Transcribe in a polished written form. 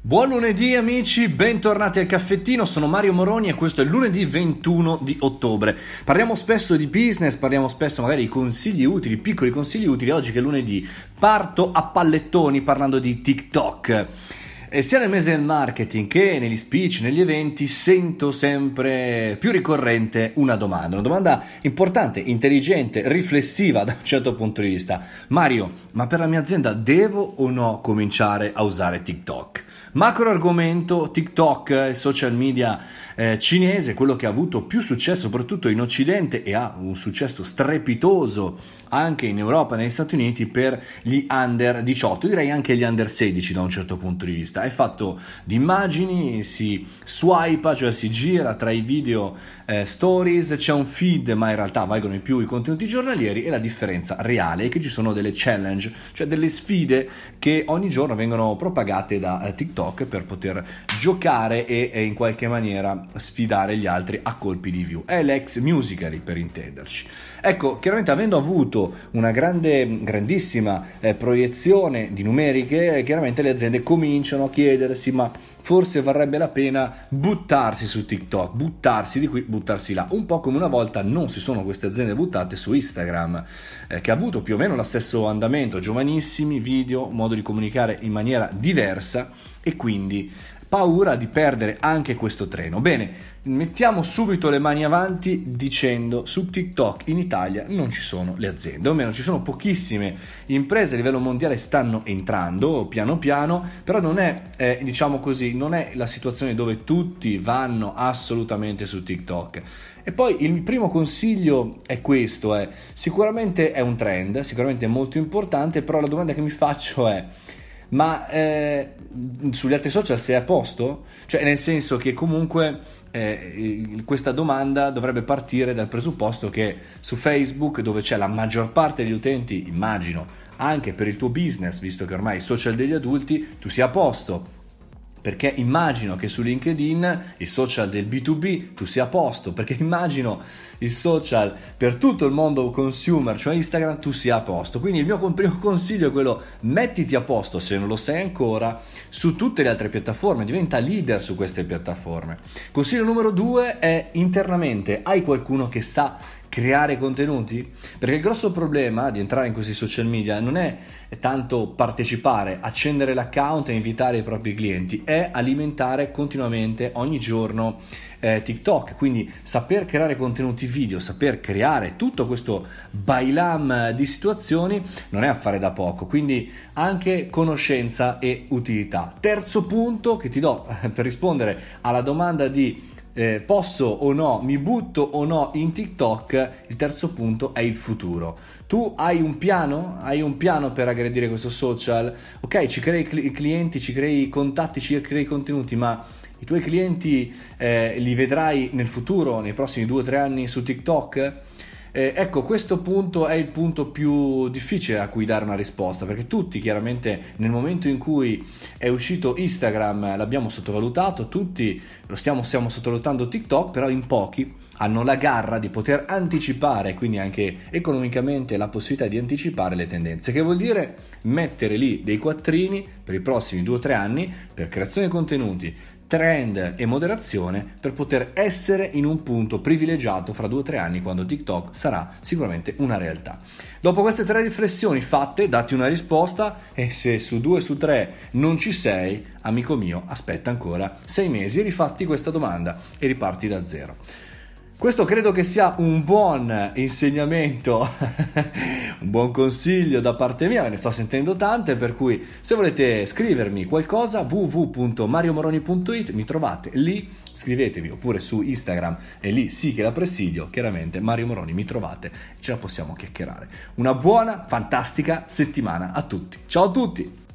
Buon lunedì amici, bentornati al caffettino, sono Mario Moroni e questo è lunedì 21 di ottobre. Parliamo spesso di business, parliamo spesso magari di consigli utili, piccoli consigli utili. Oggi che è lunedì parto a pallettoni parlando di TikTok. E sia nel mese del marketing che negli speech, negli eventi, sento sempre più ricorrente una domanda importante, intelligente, riflessiva da un certo punto di vista. Mario, ma per la mia azienda devo o no cominciare a usare TikTok? Macro argomento, TikTok, il social media cinese, quello che ha avuto più successo soprattutto in Occidente e ha un successo strepitoso anche in Europa e negli Stati Uniti per gli under 18, direi anche gli under 16 da un certo punto di vista. È fatto di immagini, si swipa, cioè si gira tra i video stories, c'è un feed ma in realtà valgono di più i contenuti giornalieri e la differenza reale è che ci sono delle challenge, cioè delle sfide che ogni giorno vengono propagate da TikTok per poter giocare e in qualche maniera sfidare gli altri a colpi di view. È l'ex Musical.ly per intenderci. Ecco, chiaramente avendo avuto una grandissima proiezione di numeriche, chiaramente le aziende cominciano a chiedersi ma forse varrebbe la pena buttarsi su TikTok, buttarsi di qui, buttarsi là, un po' come una volta non si sono queste aziende buttate su Instagram, che ha avuto più o meno lo stesso andamento, giovanissimi, video, modo di comunicare in maniera diversa e quindi paura di perdere anche questo treno. Bene, mettiamo subito le mani avanti dicendo su TikTok in Italia non ci sono le aziende, o meno ci sono pochissime imprese a livello mondiale, stanno entrando piano piano, però non è diciamo così, non è la situazione dove tutti vanno assolutamente su TikTok. E poi il primo consiglio è questo, sicuramente è un trend, sicuramente è molto importante, però la domanda che mi faccio è ma sugli altri social sei a posto? Cioè nel senso che comunque questa domanda dovrebbe partire dal presupposto che su Facebook, dove c'è la maggior parte degli utenti, immagino anche per il tuo business, visto che ormai i social degli adulti, tu sia a posto. Perché immagino che su LinkedIn, il social del B2B, tu sia a posto, perché immagino il social per tutto il mondo consumer, cioè Instagram, tu sia a posto. Quindi il mio primo consiglio è quello: mettiti a posto, se non lo sei ancora, su tutte le altre piattaforme, diventa leader su queste piattaforme. Consiglio numero 2 è internamente, hai qualcuno che sa creare contenuti? Perché il grosso problema di entrare in questi social media non è tanto partecipare, accendere l'account e invitare i propri clienti, è alimentare continuamente ogni giorno TikTok, quindi saper creare contenuti video, saper creare tutto questo bailam di situazioni non è affare da poco, quindi anche conoscenza e utilità. Terzo punto che ti do per rispondere alla domanda di posso o no, mi butto o no in TikTok, il terzo punto è il futuro. Tu hai un piano? Hai un piano per aggredire questo social? Ok, ci crei i clienti, ci crei i contatti, ci crei i contenuti, ma i tuoi clienti li vedrai nel futuro, nei prossimi 2 o 3 anni su TikTok? Ecco, questo punto è il punto più difficile a cui dare una risposta, perché tutti chiaramente nel momento in cui è uscito Instagram l'abbiamo sottovalutato, tutti stiamo sottovalutando TikTok, però in pochi hanno la garra di poter anticipare, quindi anche economicamente la possibilità di anticipare le tendenze, che vuol dire mettere lì dei quattrini per i prossimi 2 o 3 anni per creazione di contenuti, trend e moderazione, per poter essere in un punto privilegiato fra 2 o 3 anni, quando TikTok sarà sicuramente una realtà. Dopo queste 3 riflessioni fatte, datti una risposta, e se su 2 su 3 non ci sei, amico mio, aspetta ancora 6 mesi e rifatti questa domanda e riparti da zero. Questo credo che sia un buon insegnamento, un buon consiglio da parte mia, ne sto sentendo tante, per cui se volete scrivermi qualcosa www.mariomoroni.it, mi trovate lì, scrivetevi, oppure su Instagram, e lì sì che la presidio, chiaramente Mario Moroni, mi trovate, ce la possiamo chiacchierare. Una buona, fantastica settimana a tutti, ciao a tutti!